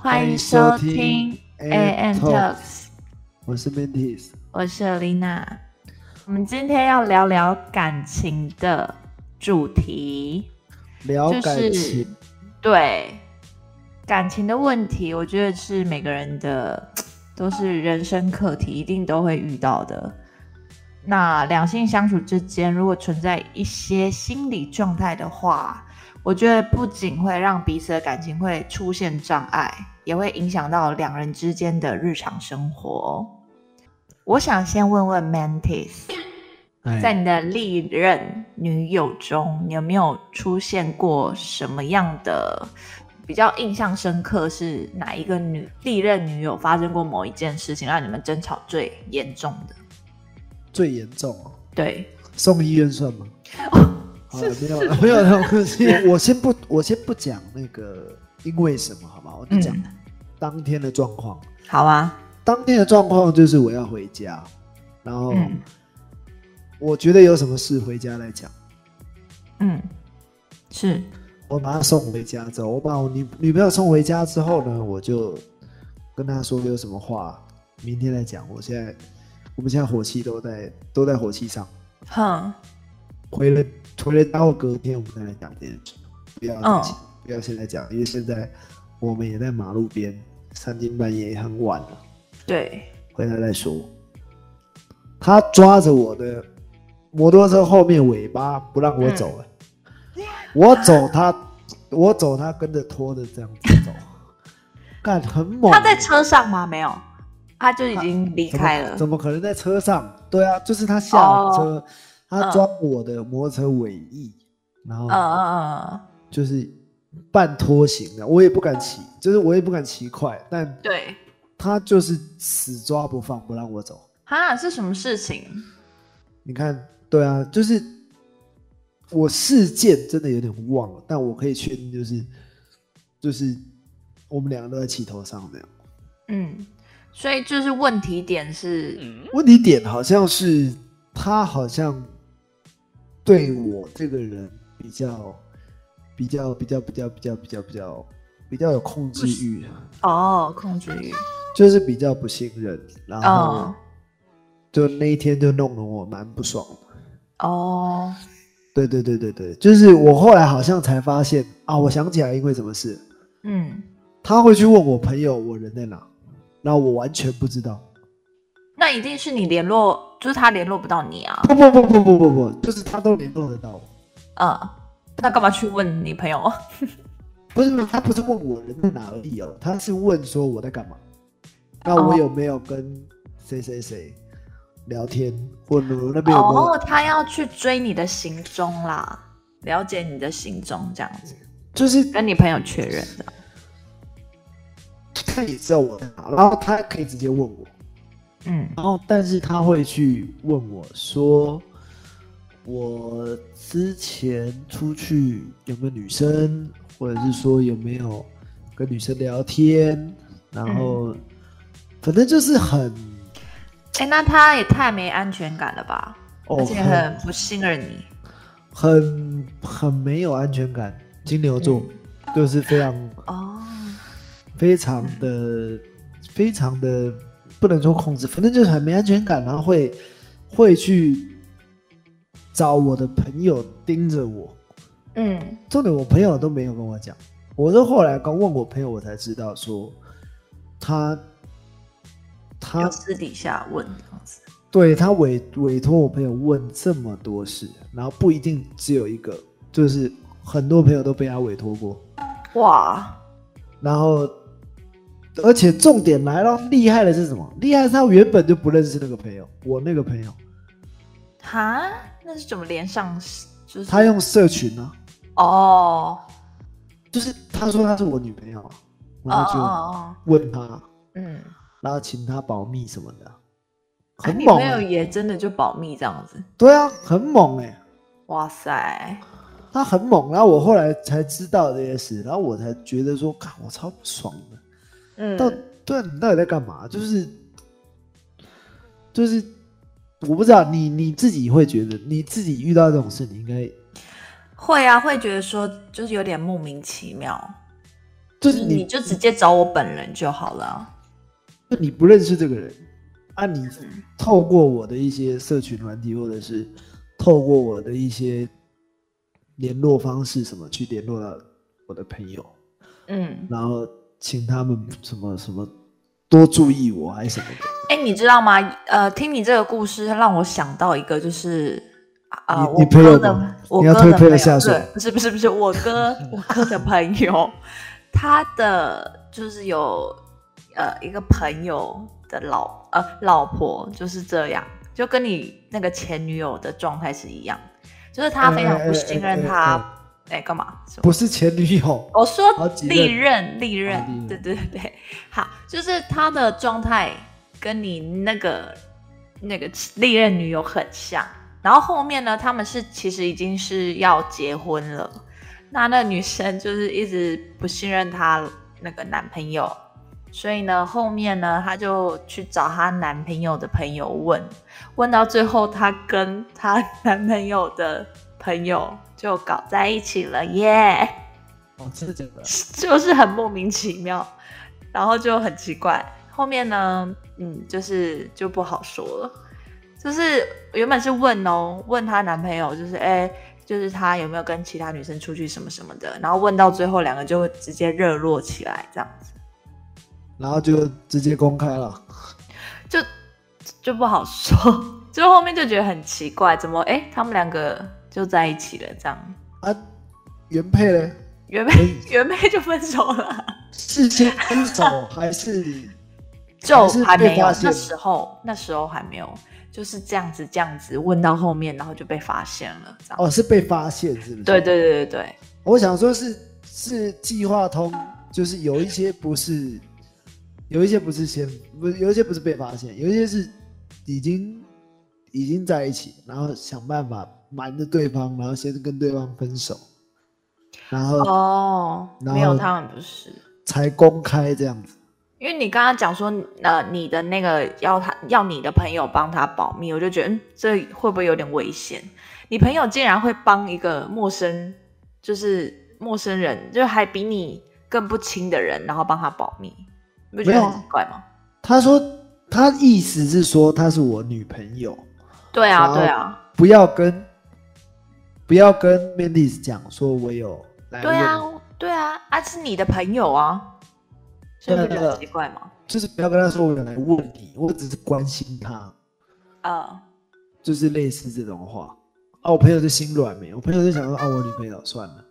欢迎收听 AM Talks， 我是 Mantis， 我是 Alina。我们今天要聊聊感情的主题， 聊感情， 对感情的问题，我觉得是每个人的都是人生课题，一定都会遇到的。那两性相处之间，如果存在一些心理状态的话，我觉得不仅会让彼此的感情会出现障碍，也会影响到两人之间的日常生活。我想先问问 Mantis， 在你的历任女友中，你有没有出现过什么样的比较印象深刻？是哪一个历任女友发生过某一件事情让你们争吵最严重的？ 最严重哦？ 对， 送医院算吗？没有那种东西。我先不讲那个因为什么，好吗？我就讲当天的状况。 好啊。 当天的状况就是我要回家，然后我觉得有什么事回家来讲。 是我把她送回家之后，我把我女朋友送回家之后呢，我就跟她说有什么话明天再讲。我们现在火气都在火气上。回了家后隔天我们再来讲这件事，不要现在讲，因为现在我们也在马路边，3更半夜也很晚了。 对， 回来再说。他抓着我的摩托车后面尾巴不让我走了，我走他跟着拖着这样子走，干很猛。 他在车上吗？没有，他就已经离开了。 怎么可能在车上？对啊，就是他下车，他抓我的摩托车尾翼，然后就是半拖行的，我也不敢骑，就是我也不敢骑快，但对。 他就是死抓不放，不让我走。 是什么事情？ 你看，对啊，就是我事件真的有点忘了，但我可以确定，就是我们两个都在气头上那样。 所以就是问题点是， 问题点好像是他好像对我这个人比较有控制欲。 控制欲。 就是比较不信任，然后就那一天就弄得我蛮不爽的。对，就是我后来好像才发现啊，我想起来因为什么事。他会去问我朋友我人在哪，然后我完全不知道。 那一定是你联络，就是他联络不到你啊？ 不，就是他都联络得到我。 那干嘛去问你朋友？ 不是，他不是问我人在哪而已哦，他是问说我在干嘛。那我有没有跟谁聊天，或者那边有没有？ 他要去追你的行踪啦，了解你的行踪，这样子， 就是跟你朋友确认的。 他也知道我在哪，然后他可以直接问我，然后但是他会去问我说，我之前出去有没有女生，或者是说有没有跟女生聊天，然后。反正就是很， 那他也太没安全感了吧？而且很不信任你， 很没有安全感。金牛座就是非常的不能说控制，反正就是很没安全感，然后会去找我的朋友盯着我。重点我朋友都没有跟我讲，我是后来刚问我朋友，我才知道说他私底下问这样子， 对，他委托我朋友问这么多事，然后不一定只有一个，就是很多朋友都被他委托过。 哇！然后，而且重点来了，厉害的是什么？厉害的是他原本就不认识那个朋友，我那个朋友。 那是怎么连上？就是他用社群啊。就是他说他是我女朋友，然后就问他，然后请他保密什么的，很猛。 你朋友也真的就保密这样子？ 对啊，很猛哇塞， 他很猛。然后我后来才知道这些事，然后我才觉得说，看我超不爽的。对，你到底在干嘛？就是我不知道你自己会觉得，你自己遇到这种事，你应该会啊，会觉得说就是有点莫名其妙。 就是你就直接找我本人就好了啊。 你不认识这个人啊，你透过我的一些社群软体，或者是透过我的一些联络方式什么去联络到我的朋友，然后请他们什么什么多注意我还是什么的。 你知道吗？听你这个故事让我想到一个，就是你朋友的，你要推朋友下水？ 不是，我哥的朋友，他的就是有一个朋友的老婆就是这样，就跟你那个前女友的状态是一样，就是他非常不信任他。干嘛？ 不是前女友， 我说历任，对，好，就是他的状态跟你那个历任女友很像。然后后面呢，他们其实已经是要结婚了。那女生就是一直不信任她那个男朋友，所以呢，后面呢，她就去找她男朋友的朋友问到最后，她跟她男朋友的朋友就搞在一起了耶！ 真的假的？ 就是很莫名其妙，然后就很奇怪。后面呢，就不好说了。就是原本是问她男朋友，就是他有没有跟其他女生出去什么什么的，然后问到最后，两个就直接热络起来这样子， 然后就直接公开了， 就不好说。就后面就觉得很奇怪，怎么他们两个就在一起了这样啊？原配呢？ 原配就分手了， 是先分手还是就还没有？那时候还没有。就是这样子问到后面，然后就被发现了，这样。 是被发现是不是？ 对。 我想说是计划通，就是有一些不是有一些不是被发现，有一些是已经在一起，然后想办法瞒着对方，然后先跟对方分手，然后没有，他们不是才公开这样子。 因为你刚刚讲说，你的那个要你的朋友帮他保密，我就觉得，这会不会有点危险？你朋友竟然会帮一个陌生人，就还比你更不亲的人，然后帮他保密，你不觉得很奇怪吗？ 他说他意思是说他是我女朋友。 对啊， 不要跟 Mandy 讲说我有来问。 对啊，是你的朋友啊。所以不觉得很奇怪吗？ 就是不要跟他说我有来问你，我只是关心他，就是类似这种话我朋友就心软没，我朋友就想说我女朋友算了。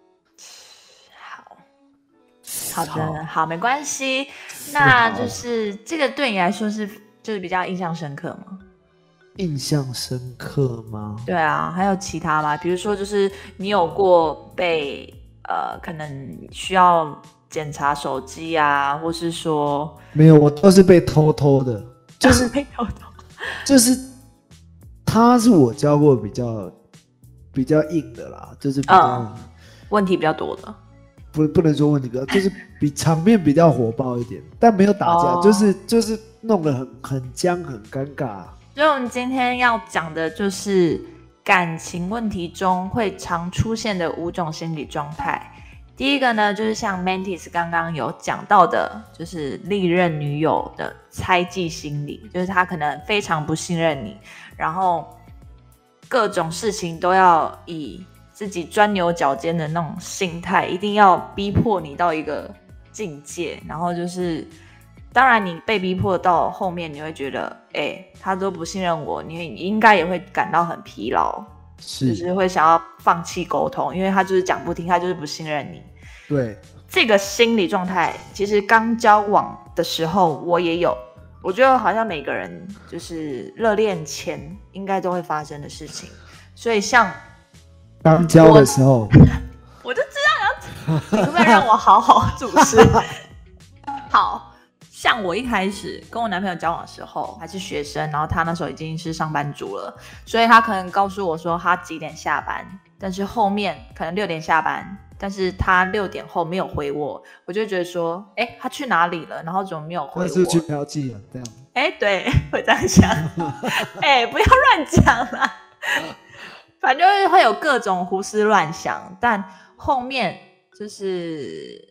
好的，好，没关系。那就是这个对你来说就是比较印象深刻吗？ 印象深刻吗？ 对啊，还有其他吗？比如说，就是你有过被可能需要检查手机啊，或是说没有，我都是被偷偷的，就是被偷偷， 就是他是我教过比较硬的啦，就是比较问题比较多的， 不能说问题比较，就是比场面比较火爆一点，但没有打架，就是弄得很僵很尴尬。 所以我们今天要讲的就是感情问题中会常出现的5种心理状态。第一个呢，就是像 Mantis 刚刚有讲到的，就是历任女友的猜忌心理，就是他可能非常不信任你，然后各种事情都要以自己钻牛角尖的那种心态，一定要逼迫你到一个境界，然后就是当然你被逼迫到后面，你会觉得他都不信任我，你应该也会感到很疲劳，就是会想要放弃沟通，因为他就是讲不听，他就是不信任你。 对， 这个心理状态其实刚交往的时候我也有，我觉得好像每个人就是热恋前应该都会发生的事情。所以像刚交的时候我就知道你可不可以让我好好主持好像我一开始跟我男朋友交往的时候还是学生，然后他那时候已经是上班族了，所以他可能告诉我说他几点下班，但是后面可能6点下班，但是他6点后没有回我，我就觉得说他去哪里了，然后怎么没有回我， 他是去嫖妓了这样。 对，会这样想不要乱讲啦反正会有各种胡思乱想，但后面就是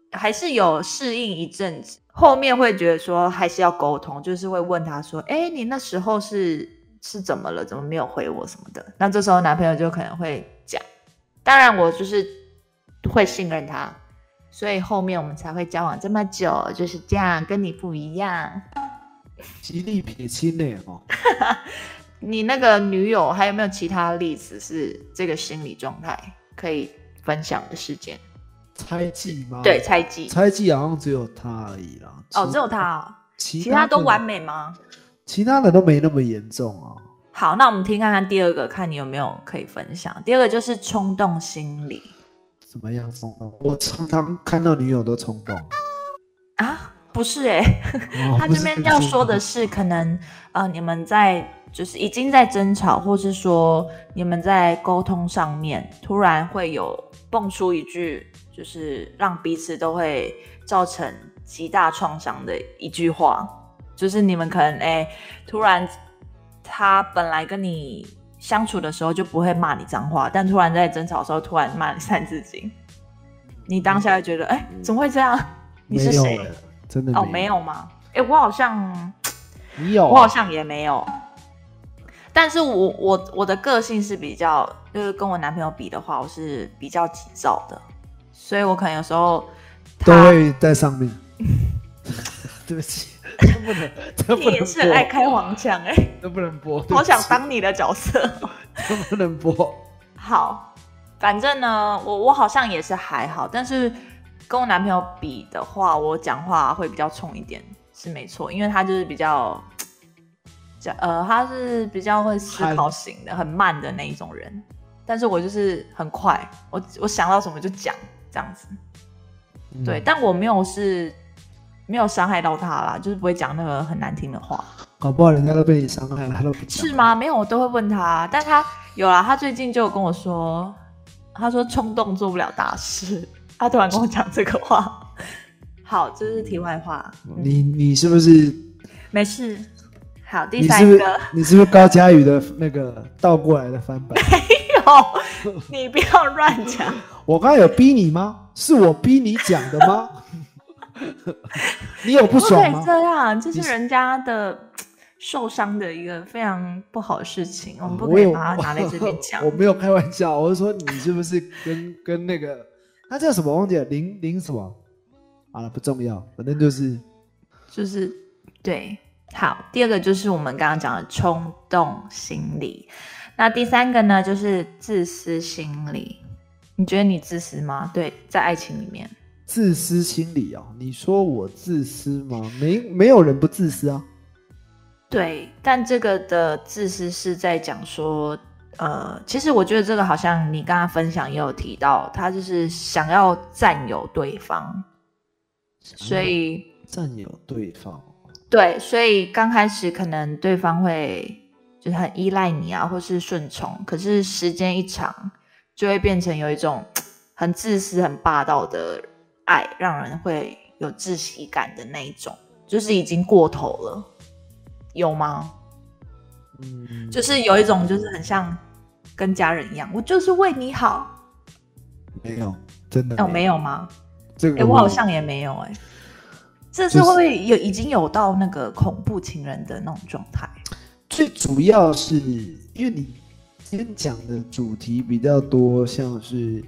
还是有适应一阵子，后面会觉得说还是要沟通，就是会问他说，哎，你那时候是怎么了？怎么没有回我什么的？那这时候男朋友就可能会讲，当然我就是会信任他，所以后面我们才会交往这么久，就是这样，跟你不一样。 极力撇清呢哦。 你那个女友还有没有其他例子是这个心理状态可以分享的事件？ 猜忌吗？ 对，猜忌。 猜忌好像只有他而已啦。 哦，只有他哦。 其他都完美吗？ 其他的都没那么严重啊。 好，那我们听看看第二个，看你有没有可以分享。第二个就是冲动心理。 怎么样冲动？我常常看到女友都冲动啊？不是他这边要说的是，可能你们在就是已经在争吵，或是说你们在沟通上面，突然会有蹦出一句，就是让彼此都会造成极大创伤的一句话，就是你们可能突然他本来跟你相处的时候就不会骂你脏话，但突然在争吵的时候突然骂你三字经，你当下会觉得怎么会这样？你是谁？ 真的没有吗？我好像你有， 我好像也没有。但是我的个性是比较，就是跟我男朋友比的话，我是比较急躁的，所以我可能有时候都会在上面。对不起，这不能你也是很爱开黄腔这不能播， 好想当你的角色， 这不能播。 好，反正呢，我好像也是还好，但是跟我男朋友比的话，我讲话会比较冲一点，是没错，因为他就是比较，他是比较会思考型的，很慢的那一种人，但是我就是很快，我想到什么就讲这样子，对，但我没有伤害到他啦，就是不会讲那个很难听的话。 搞不好人家都被你伤害了，他都不讲。 是吗？没有，我都会问他，但他有啦，他最近就有跟我说，他说冲动做不了大事。他突然跟我讲这个话，好，这是题外话。 你是不是？ 没事。好，第三个， 你是不是高嘉瑜的那个倒过来的翻版？ 没有，你不要乱讲。 我刚才有逼你吗？是我逼你讲的吗？你有不爽吗？ 不可以这样，这是人家的受伤的一个非常不好的事情，我们不可以把它拿来这边讲。 我没有开玩笑，我是说你是不是跟那个他叫什么忘记了，林什么？好了，不重要，反正就是对。好，第二个就是我们刚刚讲的冲动心理。那第三个呢，就是自私心理。你觉得你自私吗？对，在爱情里面。 自私心理哦，你说我自私吗？没有人不自私啊。 对，但这个的自私是在讲说，其实我觉得这个好像你刚刚分享也有提到，他就是想要占有对方，所以占有对方。 对，所以刚开始可能对方会就是很依赖你啊，或是顺从，可是时间一长，就会变成有一种很自私、很霸道的爱，让人会有窒息感的那一种，就是已经过头了，有吗？就是有一种就是很像跟家人一样，我就是为你好。 没有，真的没有吗？ 这个我好像也没有这是会不会已经有到那个恐怖情人的那种状态？ 最主要是因为你今天讲的主题比较多，像是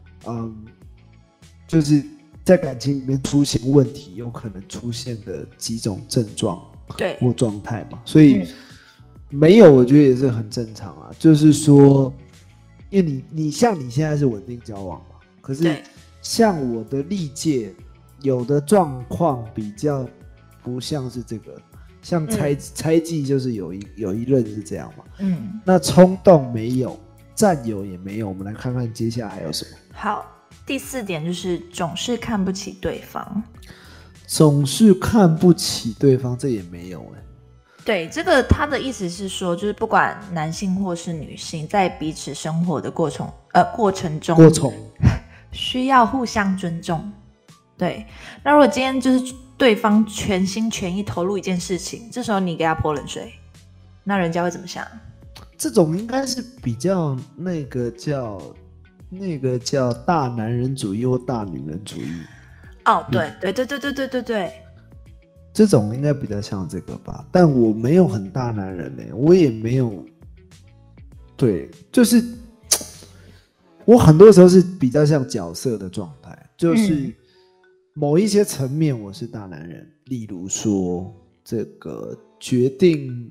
就是在感情里面出现问题有可能出现的几种症状对或状态嘛，所以没有我觉得也是很正常啊。就是说，因为你像你现在是稳定交往嘛，可是像我的历届有的状况比较不像是这个，像猜忌就是有一任是这样嘛，那冲动没有，占有也没有，我们来看看接下来还有什么。 好，第四点就是总是看不起对方， 总是看不起对方，这也没有对，这个他的意思是说，就是不管男性或是女性，在彼此生活的过程中，需要互相尊重。对，那如果今天就是对方全心全意投入一件事情，这时候你给他泼冷水，那人家会怎么想？ 这种应该是比较那个叫大男人主义或大女人主义。 哦，对对对对对对对对， 这种应该比较像这个吧。但我没有很大男人我也没有，对，就是我很多时候是比较像角色的状态，就是某一些层面我是大男人，例如说这个决定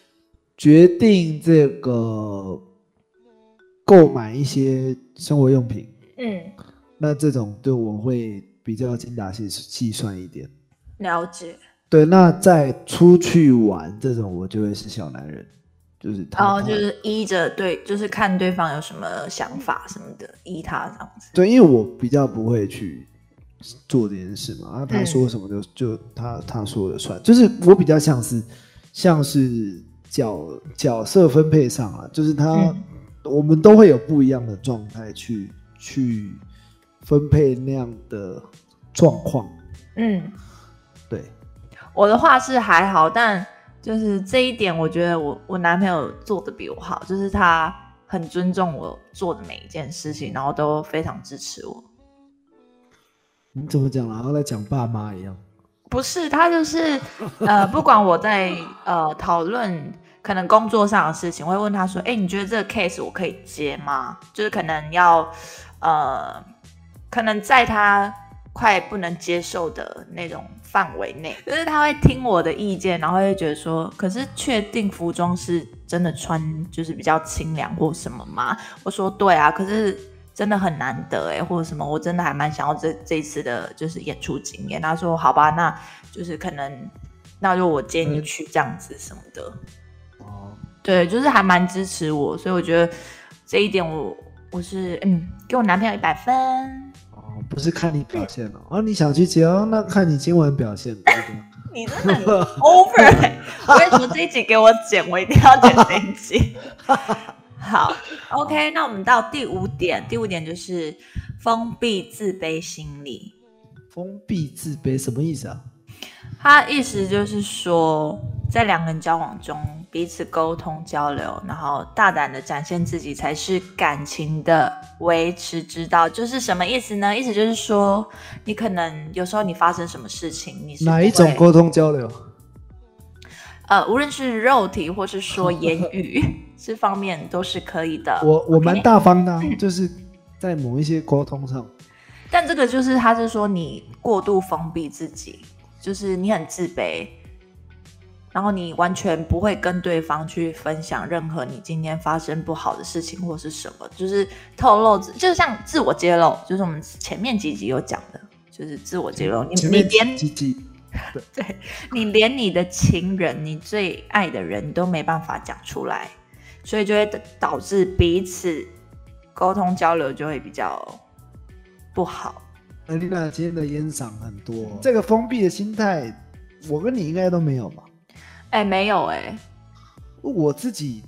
这个购买一些生活用品，那这种对我会比较精打细算一点。 了解。 对，那在出去玩这种，我就会是小男人，就是就是依着对，就是看对方有什么想法什么的，依他这样子。 对，因为我比较不会去做这件事嘛，他说什么就他说了算，就是我比较像是角色分配上啊，就是我们都会有不一样的状态去分配那样的状况。对， 我的话是还好，但就是这一点，我觉得我男朋友做的比我好，就是他很尊重我做的每一件事情，然后都非常支持我。 你怎么讲啦？好像在讲爸妈一样。 不是，他就是不管我在讨论可能工作上的事情，我会问他说：“你觉得这个 case 我可以接吗？”就是可能要可能在他快不能接受的那种范围内，就是他会听我的意见，然后会觉得说，可是确定服装是真的穿就是比较清凉或什么吗？我说对啊，可是真的很难得或者什么，我真的还蛮想要这一次的就是演出经验。他说好吧，那就是可能那就我接你去这样子什么的。对，就是还蛮支持我，所以我觉得这一点我是给我男朋友100分。 不是看你表现你想去接那看你今晚表现。 你真的很 over 我跟你说，这一集给我剪，我一定要剪这一集。好 ，OK， 那我们到第5点，第5点就是封闭自卑心理。 封闭自卑什么意思啊？ 他意思就是说，在2个人交往中，彼此沟通交流，然后大胆的展现自己，才是感情的维持之道。就是什么意思呢？意思就是说，你可能有时候你发生什么事情，你是哪一种沟通交流？ 无论是肉体或是说言语，这方面都是可以的。 我蛮大方的就是在某一些沟通上。 但这个就是他是说你过度封闭自己，就是你很自卑，然后你完全不会跟对方去分享任何你今天发生不好的事情或是什么，就是透露，就像自我揭露，就是我们前面几集有讲的，就是自我揭露。你连几集对，你连你的情人，你最爱的人，你都没办法讲出来，所以就会导致彼此沟通交流就会比较不好。 丽娜今天的烟嗓很多，这个封闭的心态，我跟你应该都没有吧？ 没有我自己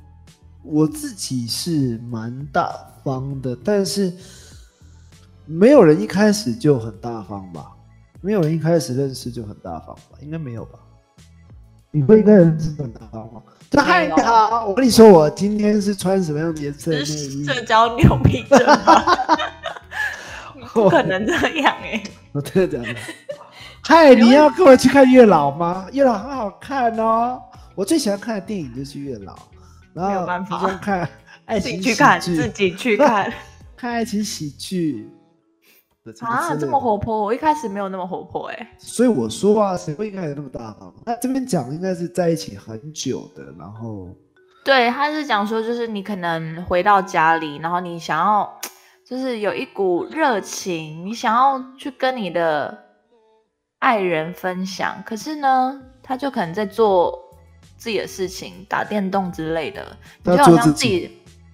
是蛮大方的，但是没有人一开始就很大方吧？没有人一开始认识就很大方吧？应该没有吧？你会一个人是很大方吗？太好！我跟你说，我今天是穿什么样颜色的内衣？ 社交牛皮症吗？不可能这样我真的讲的。嗨，你要跟我去看月老吗？月老很好看哦，我最喜欢看的电影就是月老。然后没有办法， 看爱情喜剧，自己去看， 看爱情喜剧。 这么活泼，我一开始没有那么活泼所以我说啊，谁会一开始那么大方？他这边讲应该是在一起很久的，然后对，他是讲说，就是你可能回到家里，然后你想要，就是有一股热情，你想要去跟你的爱人分享，可是呢，他就可能在做自己的事情，打电动之类的，你就好像自己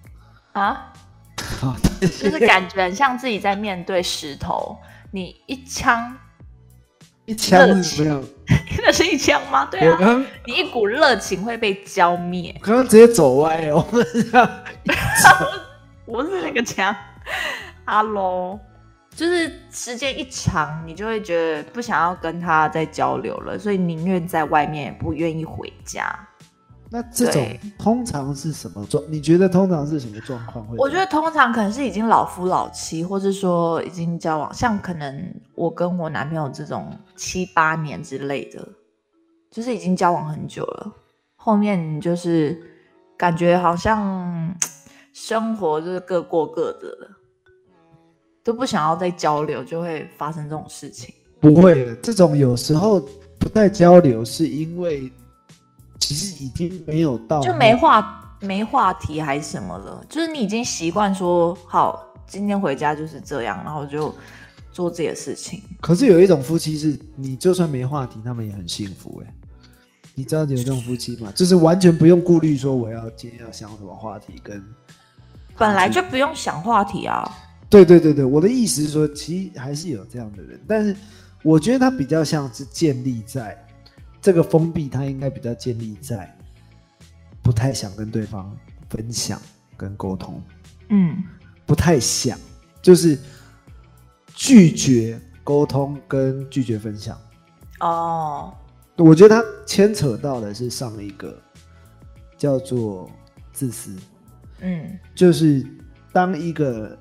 就是感觉很像自己在面对石头，你一枪是什么样？ 那是一枪吗？对啊，你一股热情会被浇灭。 我刚刚直接走歪哦， 不是那个枪。Hello， 就是时间一长，你就会觉得不想要跟他再交流了，所以宁愿在外面，也不愿意回家。 那这种通常是什么状？你觉得通常是什么状况会？ 我觉得通常可能是已经老夫老妻，或者说已经交往，像可能我跟我男朋友这种7、8年之类的，就是已经交往很久了，后面就是感觉好像生活就是各过各的了，都不想要再交流，就会发生这种事情。 不会的，这种有时候不太交流，是因为其实已经没有到就没话题还是什么了，就是你已经习惯说好，今天回家就是这样，然后就做自己的事情。 可是有一种夫妻是，你就算没话题，他们也很幸福哎。你知道有这种夫妻吗？就是完全不用顾虑说我要今天要想什么话题，跟本来就不用想话题啊。 对对对对，我的意思是说，其实还是有这样的人，但是我觉得他比较像是建立在这个封闭，他应该比较建立在不太想跟对方分享跟沟通，不太想，就是拒绝沟通跟拒绝分享。 哦， 我觉得他牵扯到的是上一个叫做自私，就是当一个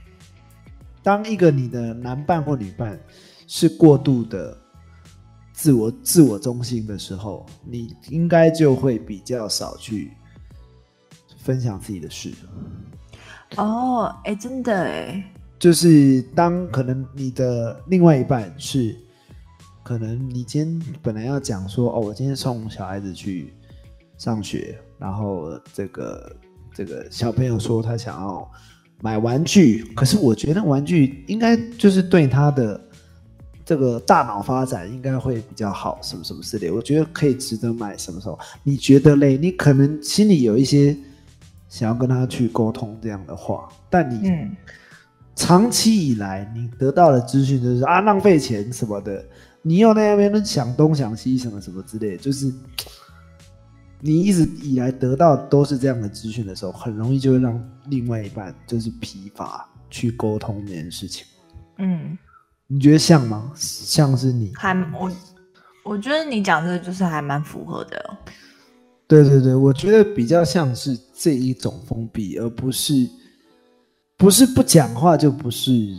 你的男伴或女伴是过度的自我中心的时候，你应该就会比较少去分享自己的事。 哦，真的哎， 就是当可能你的另外一半是，可能你今天本来要讲说，我今天送小孩子去上学，然后这个小朋友说他想要买玩具，可是我觉得玩具应该就是对他的这个大脑发展应该会比较好，什么什么之类，我觉得可以值得买。什么时候你觉得累，你可能心里有一些想要跟他去沟通这样的话，但你长期以来你得到的资讯就是浪费钱什么的，你又在那边想东想西什么什么之类的，就是你一直以来得到都是这样的资讯的时候，很容易就会让另外一半就是疲乏去沟通这件事情。你觉得像吗？像是你？ 我觉得你讲这个就是还蛮符合的。 对对对，我觉得比较像是这一种封闭，而不是不讲话就不是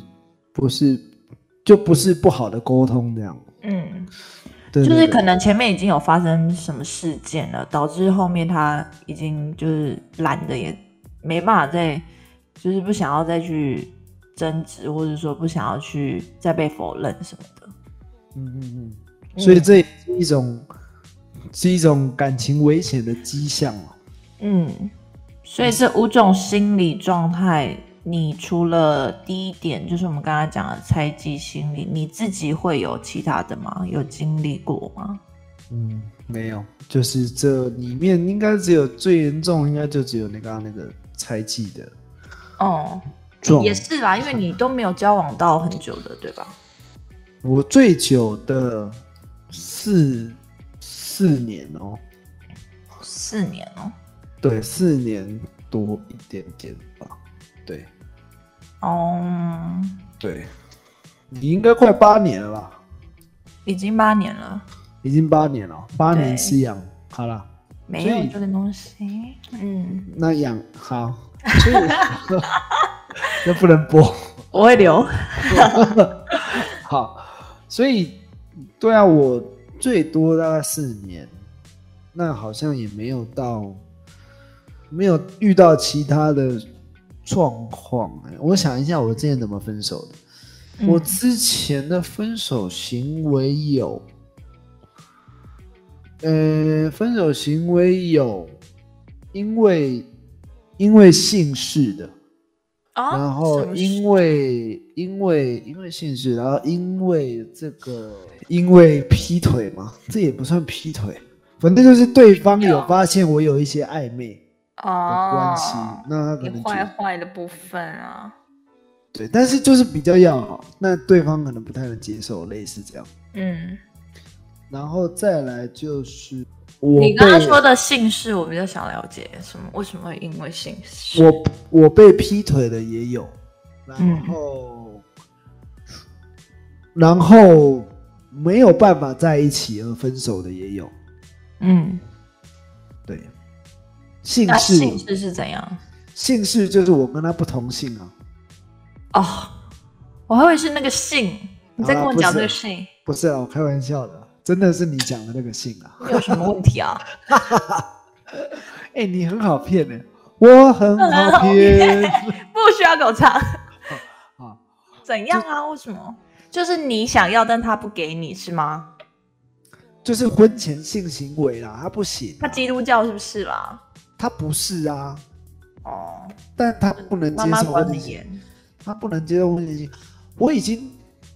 不好的沟通这样。对对对， 就是可能前面已经有发生什么事件了，导致后面他已经就是懒得也没办法再，就是不想要再去争执，或者说不想要去再被否认什么的。 所以这也是一种感情危险的迹象嘛。 所以这5种心理状态，你除了第一点就是我们刚才讲的猜忌心理，你自己会有其他的吗？有经历过吗？ 没有，就是这里面应该只有最严重，应该就只有你刚刚那个猜忌的。也是啦，因为你都没有交往到很久的，对吧？ 我最久的4年哦。 4年哦。 对，4年多一点点吧。对。对，你应该快8年了吧？ 已经8年了。 已经8年了，8年吃养，好了。 没有这个东西。 那养好，所以这不能播， 我会留。 好，所以对啊，我最多大概4年，那好像也没有遇到其他的状况。我想一下，我之前怎么分手的？我之前的分手行为有，因为姓氏的。然后因为姓氏，然后因为劈腿嘛，这也不算劈腿，反正就是对方有发现我有一些暧昧的关系，那他可能坏的部分啊。 对，但是就是比较要好，那对方可能不太能接受，类似这样。然后再来就是你刚刚说的姓氏，我比较想了解为什么会因为姓氏？ 我被劈腿的也有，然后没有办法在一起而分手的也有。对， 那姓氏姓氏是怎样？ 姓氏就是我跟他不同姓啊。 哦，我还以为是那个姓，你在跟我讲这个姓， 不是啊，我开玩笑的，真的是你讲的那个姓啊。 你有什么问题啊？ 哎、你很好骗呢、我很好骗。 不需要给我唱。 啊， 怎样啊？为什么？就是你想要，但他不给你是吗？ 就是婚前性行为啦，他不行、啊。 他基督教是不是啦？ 他不是啊， 哦， 但他不能接妈妈受婚前， 管很严。 他不能接受婚前性。我已经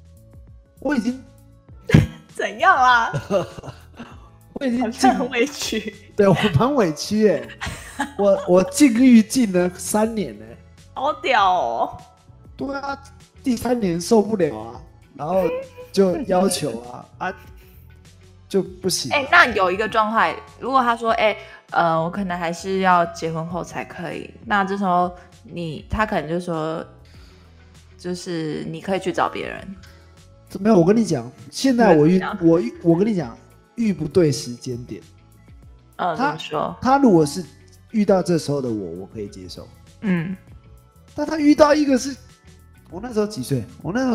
怎样啊？ 我已经好像很委屈。 对我蛮委屈哎、我禁欲禁了3年呢、 好屌哦！ 对啊，第3年受不了啊，然后就要求啊就不行。 哎、那有一个状态，如果他说，我可能还是要结婚后才可以，那这时候他可能就说，就是你可以去找别人。 没有，我跟你讲，现在我怎么我跟你讲，遇不对时间点。 怎么说？ 他如果是遇到这时候的我可以接受。 嗯， 但他遇到一个是，我那时候几岁？我那时候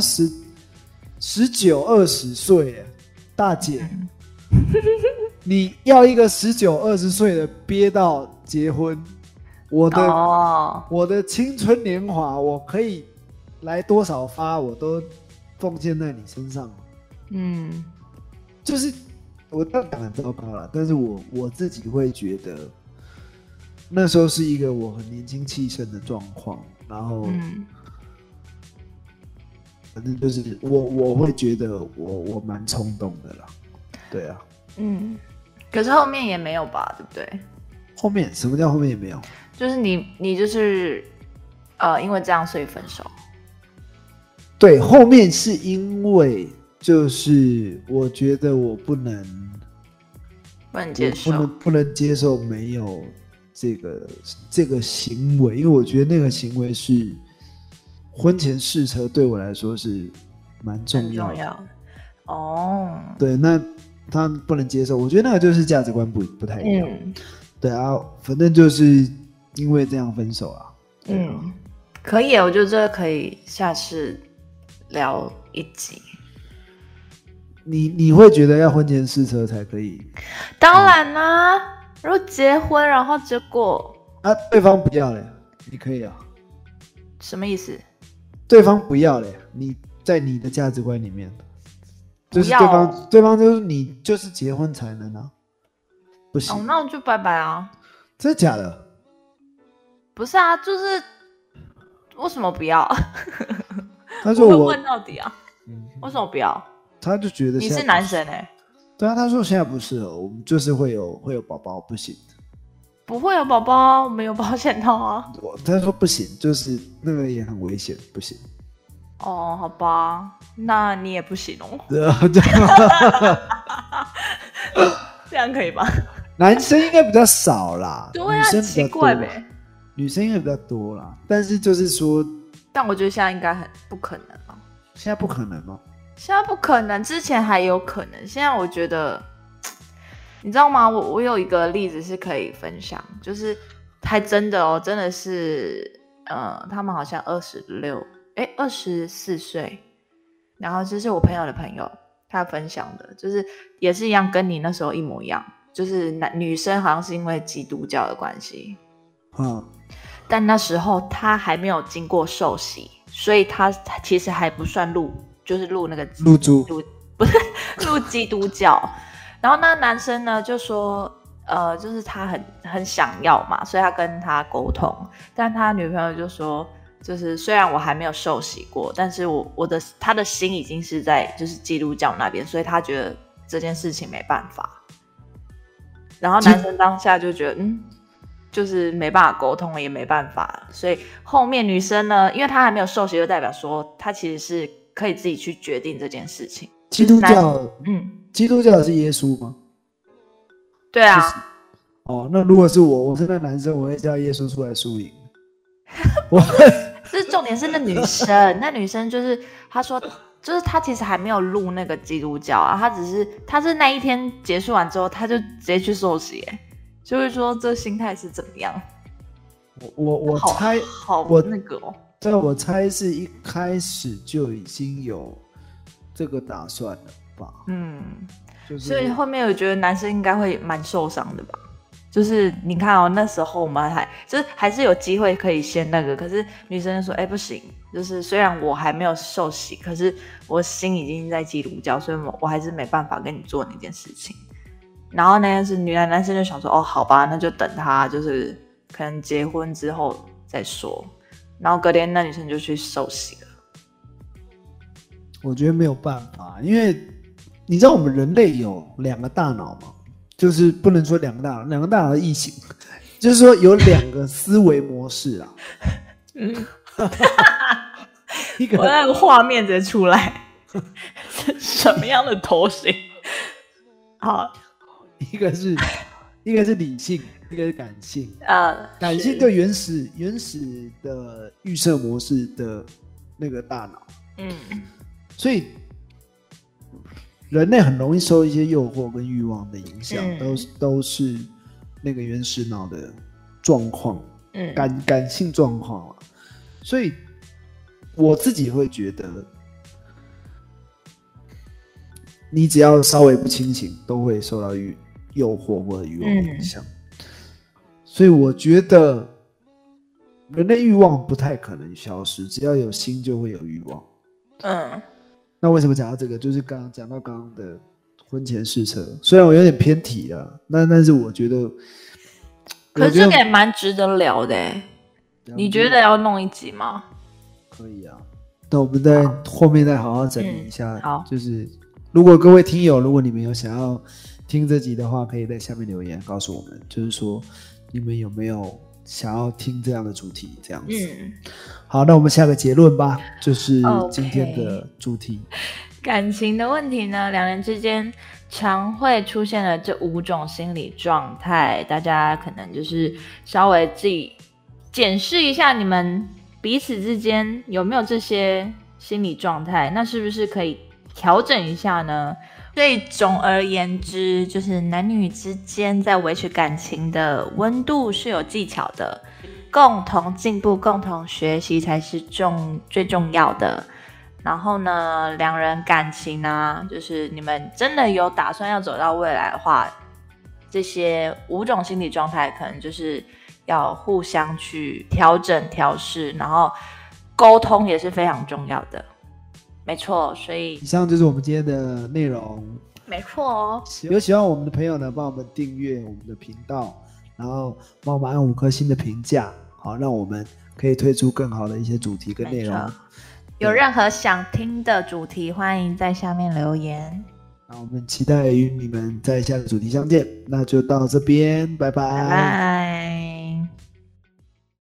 19、20岁，大姐，你要一个19、20岁的憋到结婚，我的青春年华，我可以来多少发，我都奉献在你身上。 嗯， 就是我这样讲很糟糕了，但是我自己会觉得，那时候是一个我很年轻气盛的状况，然后，反正就是我会觉得我蛮冲动的啦，对啊， 可是后面也没有吧，对不对？ 后面什么叫后面也没有？ 就是你就是因为这样所以分手。 对，后面是因为就是我觉得我不能接受， 不能接受没有这个行为，因为我觉得那个行为是婚前试车对我来说是蛮重要的。 很重要哦。 对，那他不能接受，我觉得那个就是价值观不太一样。对啊，反正就是因为这样分手啊。 可以，我觉得这个可以下次聊一集。 你会觉得要婚前试车才可以？ 当然啦、如果结婚然后结果对方不要嘞，你可以啊？ 什么意思？ 对方不要嘞，你在你的价值观里面，就是对方就是你就是结婚才能啊，不行。 那我就拜拜啊！ 真的假的？ 不是啊，就是为什么不要？ 他说我会问到底啊，为什么不要？ 他就觉得你是男生对啊，他说现在不适合，我们就是会有宝宝，不行。 不会有宝宝，我们有保险套啊。 他说不行，就是那个也很危险，不行。 哦，好吧，那你也不行哦。这样可以吧？ 男生应该比较少啦， 对啊，很奇怪呗。 女生应该比较多啦，但是就是说， 但我觉得现在应该很不可能了。 现在不可能吗？ 现在不可能，之前还有可能，现在我觉得，你知道吗？我有一个例子是可以分享，就是还真的哦，真的是，他们好像24岁，然后这是我朋友的朋友，他分享的，就是也是一样，跟你那时候一模一样，就是女生好像是因为基督教的关系，但那时候他还没有经过受洗，所以他其实还不算就是入那个入猪， 不是入基督教。然后那男生呢就说，就是他很想要嘛，所以他跟他沟通，但他女朋友就说，就是虽然我还没有受洗过，但是他的心已经是在就是基督教那边，所以他觉得这件事情没办法。然后男生当下就觉得，就是没办法沟通，也没办法，所以后面女生呢，因为她还没有受洗，就代表说她其实是可以自己去决定这件事情。 基督教，基督教是耶稣吗？ 对啊。 那如果是我是那男生，我会叫耶稣出来输赢。 这重点是那女生，那女生就是她说，就是她其实还没有入那个基督教啊，她是那一天结束完之后，她就直接去受洗， 就会说这心态是怎么样？ 我猜， 好那个哦。 对，我猜是一开始就已经有这个打算了吧？ 所以后面我觉得男生应该会蛮受伤的吧。就是你看哦，那时候我们还是有机会可以先那个，可是女生就说不行，就是虽然我还没有受洗，可是我心已经在基督教，所以我还是没办法跟你做那件事情。然后那件事男生就想说好吧，那就等他就是可能结婚之后再说。然后隔天那女生就去受洗了。 我觉得没有办法，因为你知道我们人类有2个大脑吗？就是不能说2个大脑，2个大脑的异形，就是说有2个思维模式啊。 我那个画面直接出来，是什么样的头型？好， 一个是理性，一个是感性。感性对原始的预设模式的那个大脑。所以人类很容易受一些诱惑跟欲望的影响，都是那个原始脑的状况，感性状况啊。所以我自己会觉得，你只要稍微不清醒，都会受到诱惑或者欲望的影响。所以我觉得人类欲望不太可能消失，只要有心就会有欲望。那为什么讲到这个？就是讲到刚刚的婚前试车，虽然我有点偏题了，但是我觉得， 可是这个也蛮值得聊的耶。你觉得要弄一集吗？ 可以啊，那我们在后面再好好整理一下。 好， 就是如果各位听友，如果你们有想要听这集的话，可以在下面留言告诉我们，就是说你们有没有想要听这样的主题，这样子。好，那我们下个结论吧，就是今天的主题。 感情的问题呢，2人之间常会出现的这5种心理状态，大家可能就是稍微自己检视一下，你们彼此之间有没有这些心理状态，那是不是可以调整一下呢？所以总而言之，就是男女之间在维持感情的温度是有技巧的，共同进步、共同学习才是最重要的。然后呢，2人感情啊，就是你们真的有打算要走到未来的话，这些5种心理状态可能就是要互相去调整调试，然后沟通也是非常重要的。没错，所以以上就是我们今天的内容。 没错哦， 有喜欢我们的朋友呢，帮我们订阅我们的频道，然后帮我们按5颗星的评价，好，让我们可以推出更好的一些主题跟内容。 有任何想听的主题，欢迎在下面留言。 那我们期待与你们在下个主题相见，那就到这边，拜拜。 拜拜。